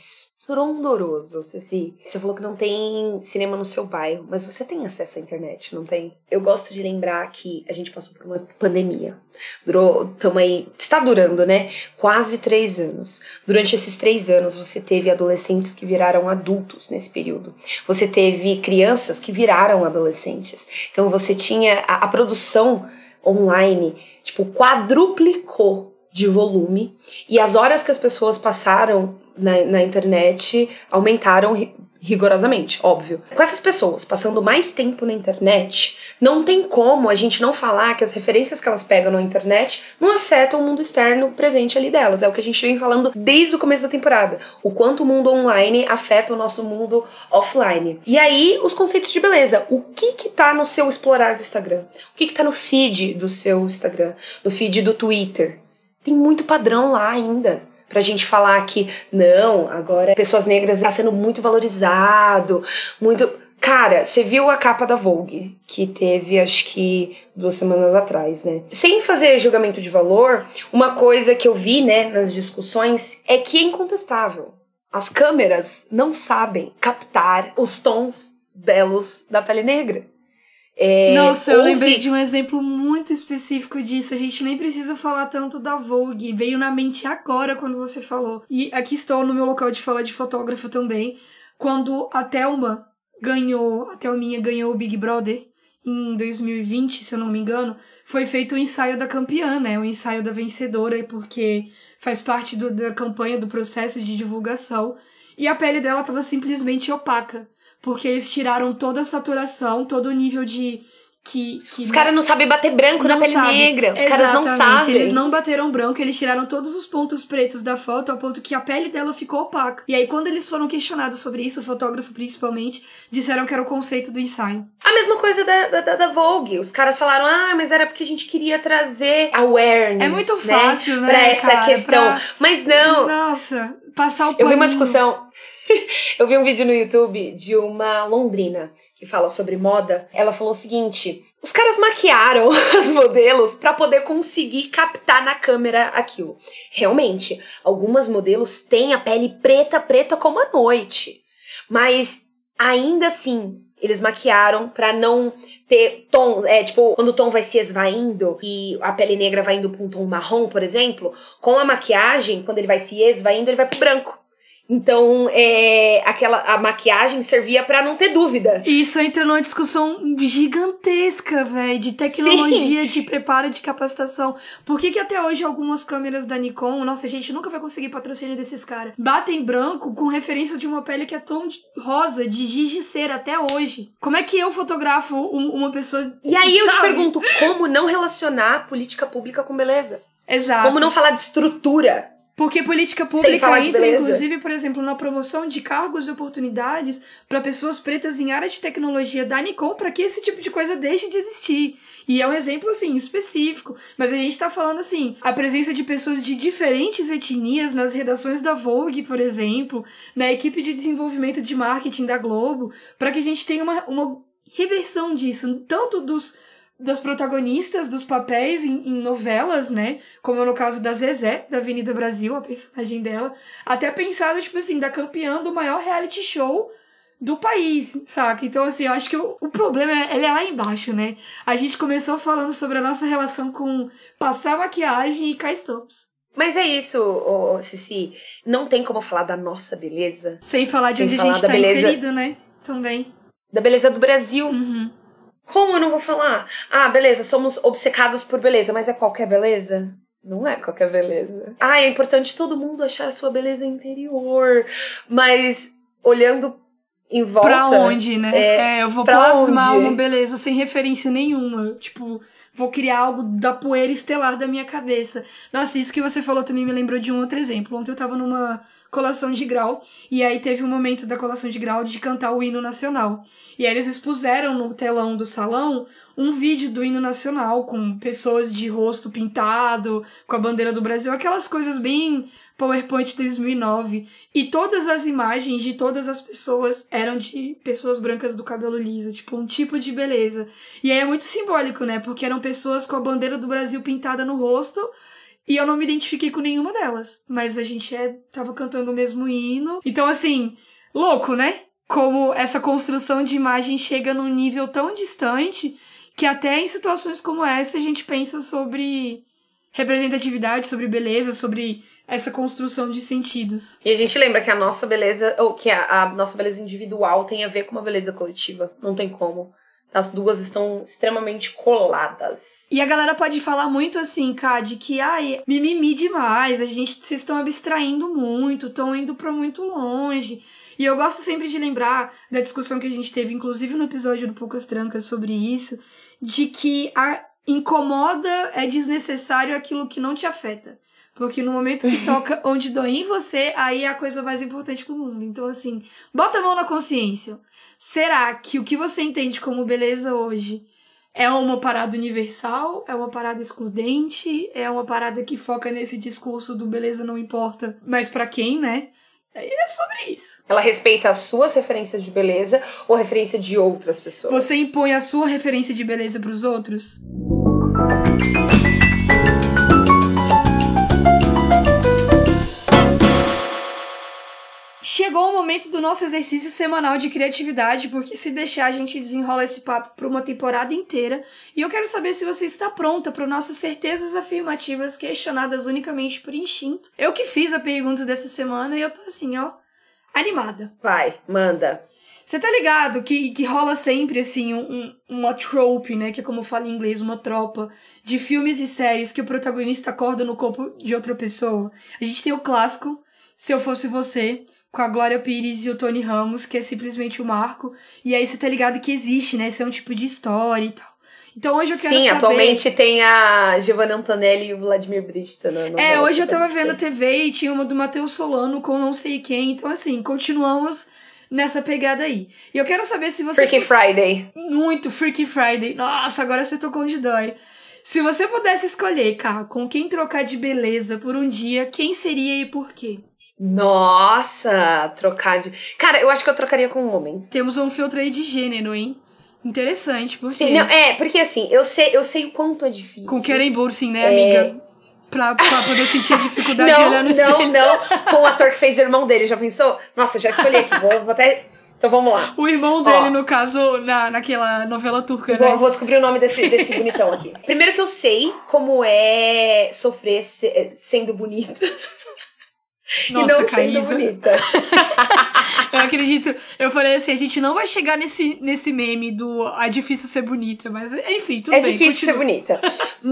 estrondoroso, Ceci. Você falou que não tem cinema no seu bairro, mas você tem acesso à internet, não tem? Eu gosto de lembrar que a gente passou por uma pandemia. Durou, tamo aí, está durando, né? Quase três anos. Durante esses três anos, você teve adolescentes que viraram adultos nesse período. Você teve crianças que viraram adolescentes. Então, você tinha a, a produção online, tipo, quadruplicou de volume, e as horas que as pessoas passaram na, na internet aumentaram ri- rigorosamente, óbvio. Com essas pessoas passando mais tempo na internet, não tem como a gente não falar que as referências que elas pegam na internet não afetam o mundo externo presente ali delas. É o que a gente vem falando desde o começo da temporada. O quanto o mundo online afeta o nosso mundo offline. E aí, os conceitos de beleza. O que que tá no seu explorar do Instagram? O que que tá no feed do seu Instagram? No feed do Twitter? Tem muito padrão lá ainda. Pra gente falar que, não, agora pessoas negras tá sendo muito valorizado, muito... Cara, você viu a capa da Vogue, que teve, acho que, duas semanas atrás, né? Sem fazer julgamento de valor, uma coisa que eu vi, né, nas discussões, é que é incontestável. As câmeras não sabem captar os tons belos da pele negra. É, Nossa, eu houve... lembrei de um exemplo muito específico disso. A gente nem precisa falar tanto da Vogue. Veio na mente agora quando você falou. E aqui estou no meu local de fala de fotógrafo também. Quando a Thelma ganhou, a Thelminha ganhou o Big Brother em dois mil e vinte, se eu não me engano, foi feito o ensaio da campeã, né? O ensaio da vencedora, porque faz parte do, da campanha, do processo de divulgação. E a pele dela estava simplesmente opaca. Porque eles tiraram toda a saturação, todo o nível de... Que, que os caras não sabem bater branco na pele sabe. negra. Os Exatamente. caras não sabem. Eles não bateram branco, eles tiraram todos os pontos pretos da foto, ao ponto que a pele dela ficou opaca. E aí, quando eles foram questionados sobre isso, o fotógrafo principalmente, disseram que era o conceito do ensaio. A mesma coisa da, da, da Vogue. Os caras falaram, ah, mas era porque a gente queria trazer awareness. É muito né? fácil, né, pra essa cara, questão. pra... Mas não. Nossa, passar o paninho. Eu vi uma discussão... Eu vi um vídeo no YouTube de uma londrina que fala sobre moda. Ela falou o seguinte: os caras maquiaram os modelos pra poder conseguir captar na câmera aquilo. Realmente, algumas modelos têm a pele preta, preta como a noite. Mas ainda assim, eles maquiaram pra não ter tom, é tipo, quando o tom vai se esvaindo e a pele negra vai indo pra um tom marrom, por exemplo, com a maquiagem, quando ele vai se esvaindo, ele vai pro branco. Então, é, aquela, a maquiagem servia pra não ter dúvida. Isso entra numa discussão gigantesca, velho, de tecnologia, Sim. de preparo, de capacitação. Por que que até hoje algumas câmeras da Nikon, nossa, a gente nunca vai conseguir patrocínio desses caras, batem branco com referência de uma pele que é tão rosa, de giz de cera até hoje? Como é que eu fotografo um, uma pessoa... E aí eu sabe? te pergunto, como não relacionar política pública com beleza? Exato. Como não falar de estrutura? Porque política Sem pública falar de entra, beleza. inclusive, por exemplo, na promoção de cargos e oportunidades para pessoas pretas em área de tecnologia da Nikon, para que esse tipo de coisa deixe de existir. E é um exemplo, assim, específico. Mas a gente tá falando, assim, a presença de pessoas de diferentes etnias nas redações da Vogue, por exemplo, na equipe de desenvolvimento de marketing da Globo, para que a gente tenha uma, uma reversão disso, tanto dos... das protagonistas dos papéis em, em novelas, né? Como no caso da Zezé, da Avenida Brasil, a personagem dela. Até pensado, tipo assim, da campeã do maior reality show do país, saca? Então, assim, eu acho que o, o problema é, ele é lá embaixo, né? A gente começou falando sobre a nossa relação com passar maquiagem e cá estamos. Mas é isso, ô, Cici. Não tem como falar da nossa beleza. Sem falar de Sem onde falar a gente da tá beleza... inserido, né? Também. Da beleza do Brasil. Uhum. Como eu não vou falar? Ah, beleza, somos obcecados por beleza, mas é qualquer beleza? Não é qualquer beleza. Ah, é importante todo mundo achar a sua beleza interior, mas olhando em volta... Pra onde, né? É, é eu vou pra plasmar onde? uma beleza sem referência nenhuma. Tipo, vou criar algo da poeira estelar da minha cabeça. Nossa, isso que você falou também me lembrou de um outro exemplo. Ontem eu tava numa colação de grau, e aí teve um momento da colação de grau de cantar o hino nacional. E aí eles expuseram no telão do salão um vídeo do hino nacional, com pessoas de rosto pintado, com a bandeira do Brasil, aquelas coisas bem PowerPoint dois mil e nove. E todas as imagens de todas as pessoas eram de pessoas brancas do cabelo liso, tipo, um tipo de beleza. E aí é muito simbólico, né? Porque eram pessoas com a bandeira do Brasil pintada no rosto, E eu não me identifiquei com nenhuma delas. Mas a gente é, tava cantando o mesmo hino. Então, assim, louco, né? Como essa construção de imagem chega num nível tão distante que até em situações como essa a gente pensa sobre representatividade, sobre beleza, sobre essa construção de sentidos. E a gente lembra que a nossa beleza, ou que a, a nossa beleza individual tem a ver com uma beleza coletiva. Não tem como. As duas estão extremamente coladas. E a galera pode falar muito assim, cara, de que, ai, mimimi demais, a gente, vocês estão abstraindo muito, estão indo pra muito longe. E eu gosto sempre de lembrar da discussão que a gente teve, inclusive no episódio do Poucas Trancas, sobre isso, de que a incomoda é desnecessário aquilo que não te afeta. Porque no momento que toca onde dói em você, aí é a coisa mais importante do mundo. Então, assim, bota a mão na consciência. Será que o que você entende como beleza hoje é uma parada universal? É uma parada excludente? É uma parada que foca nesse discurso do beleza não importa, mas pra quem, né? E é sobre isso. Ela respeita as suas referências de beleza ou a referência de outras pessoas? Você impõe a sua referência de beleza pros outros? Chegou o momento do nosso exercício semanal de criatividade, porque se deixar a gente desenrola esse papo por uma temporada inteira. E eu quero saber se você está pronta para nossas certezas afirmativas questionadas unicamente por instinto. Eu que fiz a pergunta dessa semana e eu tô assim, ó, animada. Vai, manda. Você tá ligado que, que rola sempre, assim, um, uma trope, né? Que é como fala em inglês, uma tropa de filmes e séries que o protagonista acorda no corpo de outra pessoa. A gente tem o clássico Se Eu Fosse Você, com a Glória Pires e o Tony Ramos, que é simplesmente o marco. E aí você tá ligado que existe, né? Esse é um tipo de história e tal. Então hoje eu quero Sim, saber... Sim, atualmente tem a Giovanna Antonelli e o Vladimir Brista. Né? É, hoje eu tava vendo a T V e tinha uma do Matheus Solano com não sei quem. Então assim, continuamos nessa pegada aí. E eu quero saber se você... Freaky Friday. Muito Freaky Friday. Nossa, agora você tocou onde dói. Se você pudesse escolher, cara, com quem trocar de beleza por um dia, quem seria e por quê? Nossa, trocar de... Cara, eu acho que eu trocaria com um homem. Temos um filtro aí de gênero, hein? Interessante, porque... Sim, não, é, porque assim, eu sei, eu sei o quanto é difícil. Com Karen Bursin, né, amiga? É... Pra, pra poder sentir a dificuldade não, de olhar no Não, espelho. não, com o ator que fez o irmão dele, já pensou? Nossa, já escolhi aqui, vou, vou até... Então vamos lá. O irmão dele, ó, no caso, na, naquela novela turca, vou, né? Vou descobrir o nome desse, desse bonitão aqui. Primeiro que eu sei como é sofrer se, sendo bonita. Nossa, e não Caísa. sendo bonita. Eu acredito. Eu falei assim, a gente não vai chegar nesse, nesse meme do é difícil ser bonita, mas enfim, tudo é bem. É difícil continua. ser bonita.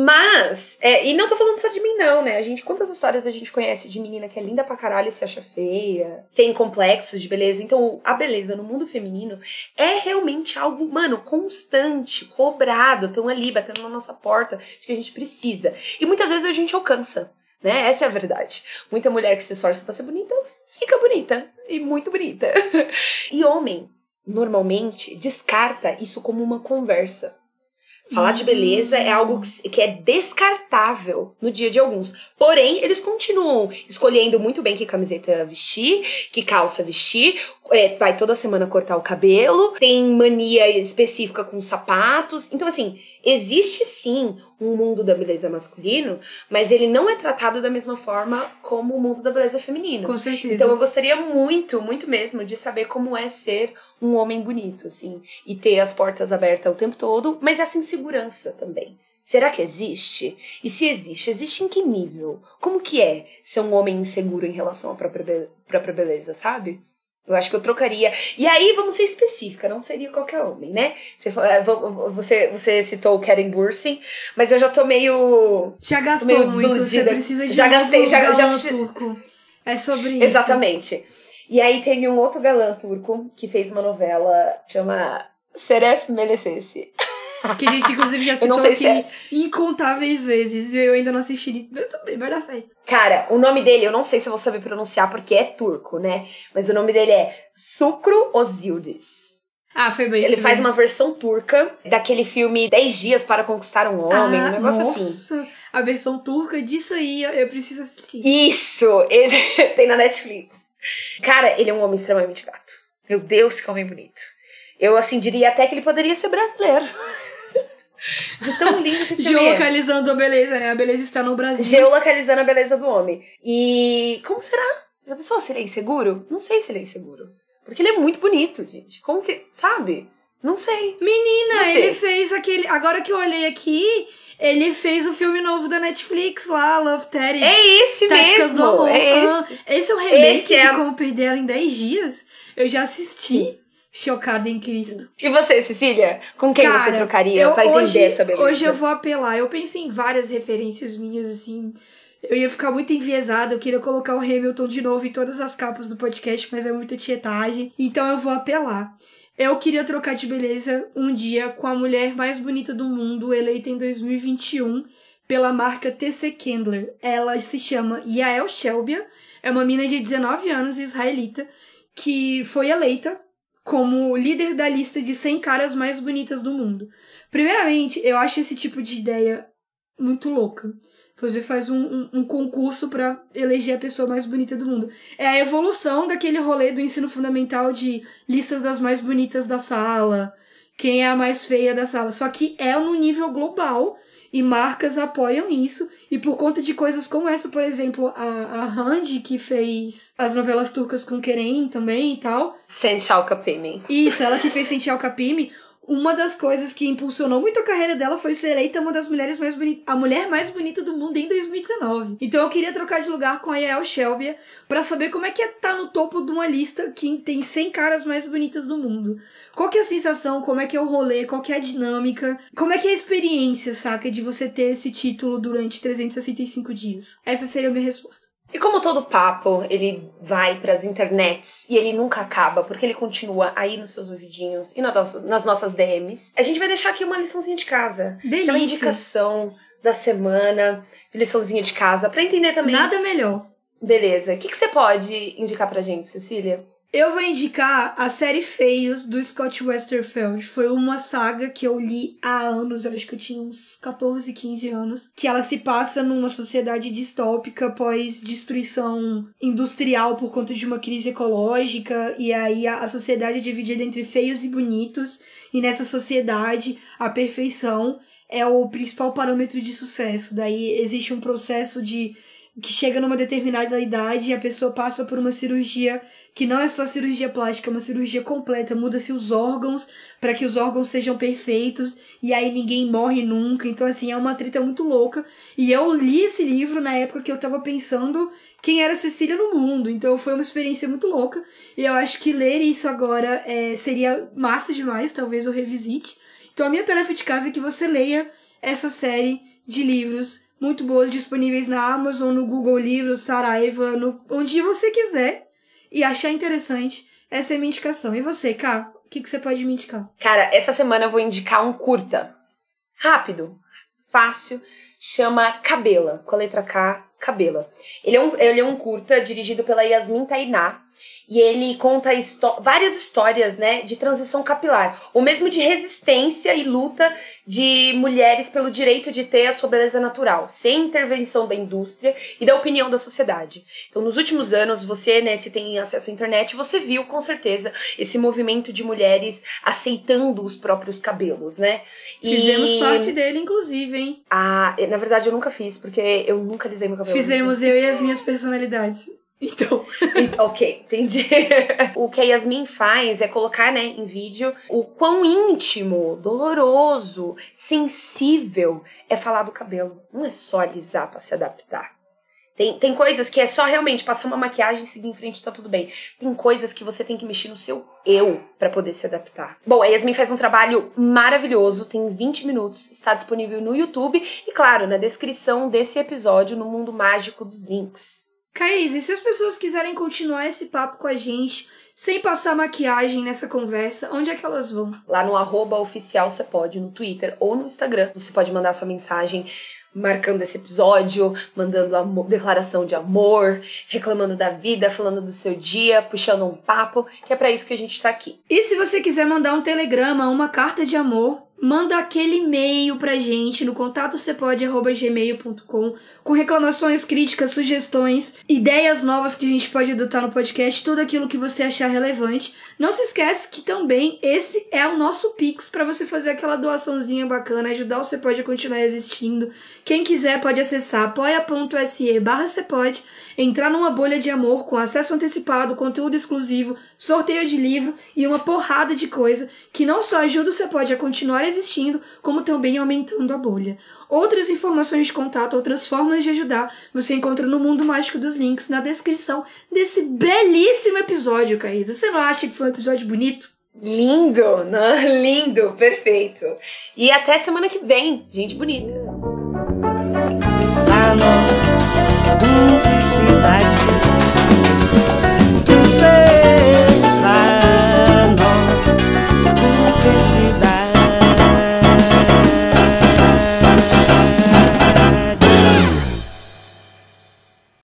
Mas, é, e não tô falando só de mim não, né? A gente, quantas histórias a gente conhece de menina que é linda pra caralho e se acha feia, tem complexos de beleza. Então, a beleza no mundo feminino é realmente algo, mano, constante, cobrado, tão ali, batendo na nossa porta, de que a gente precisa. E muitas vezes a gente alcança. Né? Essa é a verdade. Muita mulher que se esforça pra ser bonita, fica bonita. E muito bonita. E homem, normalmente, descarta isso como uma conversa. Falar de beleza é algo que é descartável no dia de alguns. Porém, eles continuam escolhendo muito bem que camiseta vestir, que calça vestir, é, vai toda semana cortar o cabelo, tem mania específica com sapatos. Então, assim, existe sim um mundo da beleza masculino, mas ele não é tratado da mesma forma como o mundo da beleza feminina. Com certeza. Então, eu gostaria muito, muito mesmo, de saber como é ser um homem bonito, assim, e ter as portas abertas o tempo todo, mas essa insegurança também. Será que existe? E se existe, existe em que nível? Como que é ser um homem inseguro em relação à própria, be- própria beleza, sabe? Eu acho que eu trocaria. E aí, vamos ser específica, não seria qualquer homem, né? Você, você, você citou o Karen Bursin, mas eu já tô meio... Já gastou meio muito, você precisa de já um gastei, novo já, galã já turco. É sobre isso. Exatamente. E aí teve um outro galã turco que fez uma novela, chama Seref Menesesi. Que a gente, inclusive, já citou sei aqui se é. incontáveis vezes. E eu ainda não assisti. Mas tudo bem, vai dar certo. Cara, o nome dele, eu não sei se eu vou saber pronunciar porque é turco, né? Mas o nome dele é Sukru Özildiz. Ah, foi bem. Ele foi faz bem. uma versão turca daquele filme dez dias para Conquistar um Homem, ah, um negócio nossa, assim. Nossa, a versão turca disso aí eu preciso assistir. Isso! Ele tem na Netflix. Cara, ele é um homem extremamente gato. Meu Deus, que homem bonito. Eu, assim, diria até que ele poderia ser brasileiro. De tão lindo que esse homem é. Geolocalizando a beleza, né? A beleza está no Brasil. Geolocalizando a beleza do homem. E como será? Já pensou se ele é inseguro? Não sei se ele é inseguro. Porque ele é muito bonito, gente. Como que... Sabe? Não sei. Menina, Você. ele fez aquele... Agora que eu olhei aqui, ele fez o filme novo da Netflix lá, Love Tactics. É esse Táticas mesmo. do Amor. É esse. Ah, esse é o remake Esse é de a- Como Perder Ela em dez Dias. Eu já assisti. Chocada em Cristo. E você, Cecília? Com quem Cara, você trocaria eu, pra entender hoje, essa beleza? Hoje eu vou apelar. Eu pensei em várias referências minhas, assim. Eu ia ficar muito enviesada. Eu queria colocar o Hamilton de novo em todas as capas do podcast, mas é muita tietagem. Então eu vou apelar. Eu queria trocar de beleza um dia com a mulher mais bonita do mundo, eleita em dois mil e vinte e um pela marca T C Kendler. Ela se chama Yael Shelbia. É uma mina de dezenove anos, israelita, que foi eleita como líder da lista de cem caras mais bonitas do mundo. Primeiramente, eu acho esse tipo de ideia muito louca. Você faz um, um, um concurso pra eleger a pessoa mais bonita do mundo. É a evolução daquele rolê do ensino fundamental de listas das mais bonitas da sala, quem é a mais feia da sala. Só que é no nível global e marcas apoiam isso. E por conta de coisas como essa, por exemplo, a, a Handi, que fez as novelas turcas com Kerem também e tal. Senchal Kapimi. Isso, ela que fez Sentir Kapimi. Uma das coisas que impulsionou muito a carreira dela foi ser eleita uma das mulheres mais bonitas, a mulher mais bonita do mundo em dois mil e dezenove. Então eu queria trocar de lugar com a Yael Shelbia pra saber como é que é estar no topo de uma lista que tem cem caras mais bonitas do mundo. Qual que é a sensação, como é que é o rolê, qual que é a dinâmica, como é que é a experiência, saca, de você ter esse título durante trezentos e sessenta e cinco dias. Essa seria a minha resposta. E como todo papo, ele vai pras internets e ele nunca acaba, porque ele continua aí nos seus ouvidinhos e nas nossas, nas nossas D Ms. A gente vai deixar aqui uma liçãozinha de casa. Delícia. Aquela indicação da semana, liçãozinha de casa, pra entender também. Nada melhor. Beleza. O que, que você pode indicar pra gente, Cecília? Eu vou indicar a série Feios, do Scott Westerfeld. Foi uma saga que eu li há anos, eu acho que eu tinha uns catorze, quinze anos, que ela se passa numa sociedade distópica pós-destruição industrial por conta de uma crise ecológica, e aí a, a sociedade é dividida entre feios e bonitos, e nessa sociedade a perfeição é o principal parâmetro de sucesso. Daí existe um processo de que chega numa determinada idade e a pessoa passa por uma cirurgia que não é só cirurgia plástica, é uma cirurgia completa. Muda-se os órgãos para que os órgãos sejam perfeitos e aí ninguém morre nunca. Então, assim, é uma treta muito louca. E eu li esse livro na época que eu tava pensando quem era Cecília no mundo. Então, foi uma experiência muito louca. E eu acho que ler isso agora é, seria massa demais. Talvez eu revisite. Então, a minha tarefa de casa é que você leia essa série de livros muito boas, disponíveis na Amazon, no Google Livros, Saraiva, no, onde você quiser e achar interessante. Essa é a minha indicação. E você, Ká? O que, que você pode me indicar? Cara, essa semana eu vou indicar um curta. Rápido, fácil, chama Cabela, com a letra K, Cabela. Ele é um, ele é um curta dirigido pela Yasmin Tainá. E ele conta histó- várias histórias, né, de transição capilar, ou mesmo de resistência e luta de mulheres pelo direito de ter a sua beleza natural, sem intervenção da indústria e da opinião da sociedade. Então, nos últimos anos, você, né, se tem acesso à internet, você viu, com certeza, esse movimento de mulheres aceitando os próprios cabelos, né? E... Fizemos parte dele, inclusive, hein? Ah, na verdade, eu nunca fiz, porque eu nunca alisei meu cabelo. Fizemos eu e as minhas personalidades. Então... Ok, entendi. O que a Yasmin faz é colocar, né, em vídeo o quão íntimo, doloroso, sensível é falar do cabelo. Não é só alisar pra se adaptar. Tem, tem coisas que é só realmente passar uma maquiagem e seguir em frente e tá tudo bem. Tem coisas que você tem que mexer no seu eu pra poder se adaptar. Bom, a Yasmin faz um trabalho maravilhoso, tem vinte minutos, está disponível no YouTube e, claro, na descrição desse episódio, no mundo mágico dos links. Caís, e se as pessoas quiserem continuar esse papo com a gente, sem passar maquiagem nessa conversa, onde é que elas vão? Lá no arroba oficial você pode, no Twitter ou no Instagram. Você pode mandar sua mensagem marcando esse episódio, mandando amor, declaração de amor, reclamando da vida, falando do seu dia, puxando um papo, que é pra isso que a gente tá aqui. E se você quiser mandar um telegrama, uma carta de amor, manda aquele e-mail pra gente no contato cepode arroba gmail ponto com com reclamações, críticas, sugestões, ideias novas que a gente pode adotar no podcast, tudo aquilo que você achar relevante. Não se esquece que também esse é o nosso Pix pra você fazer aquela doaçãozinha bacana, ajudar o Cepode a continuar existindo. Quem quiser pode acessar apoia.se barra Cepode, entrar numa bolha de amor com acesso antecipado, conteúdo exclusivo, sorteio de livro e uma porrada de coisa que não só ajuda o Cepode a continuar existindo, como também aumentando a bolha. Outras informações de contato, outras formas de ajudar, você encontra no Mundo Mágico dos Links, na descrição desse belíssimo episódio, Caísa. Você não acha que foi um episódio bonito? Lindo, né? Lindo, perfeito. E até semana que vem, gente bonita. Ah, não. Publicidade.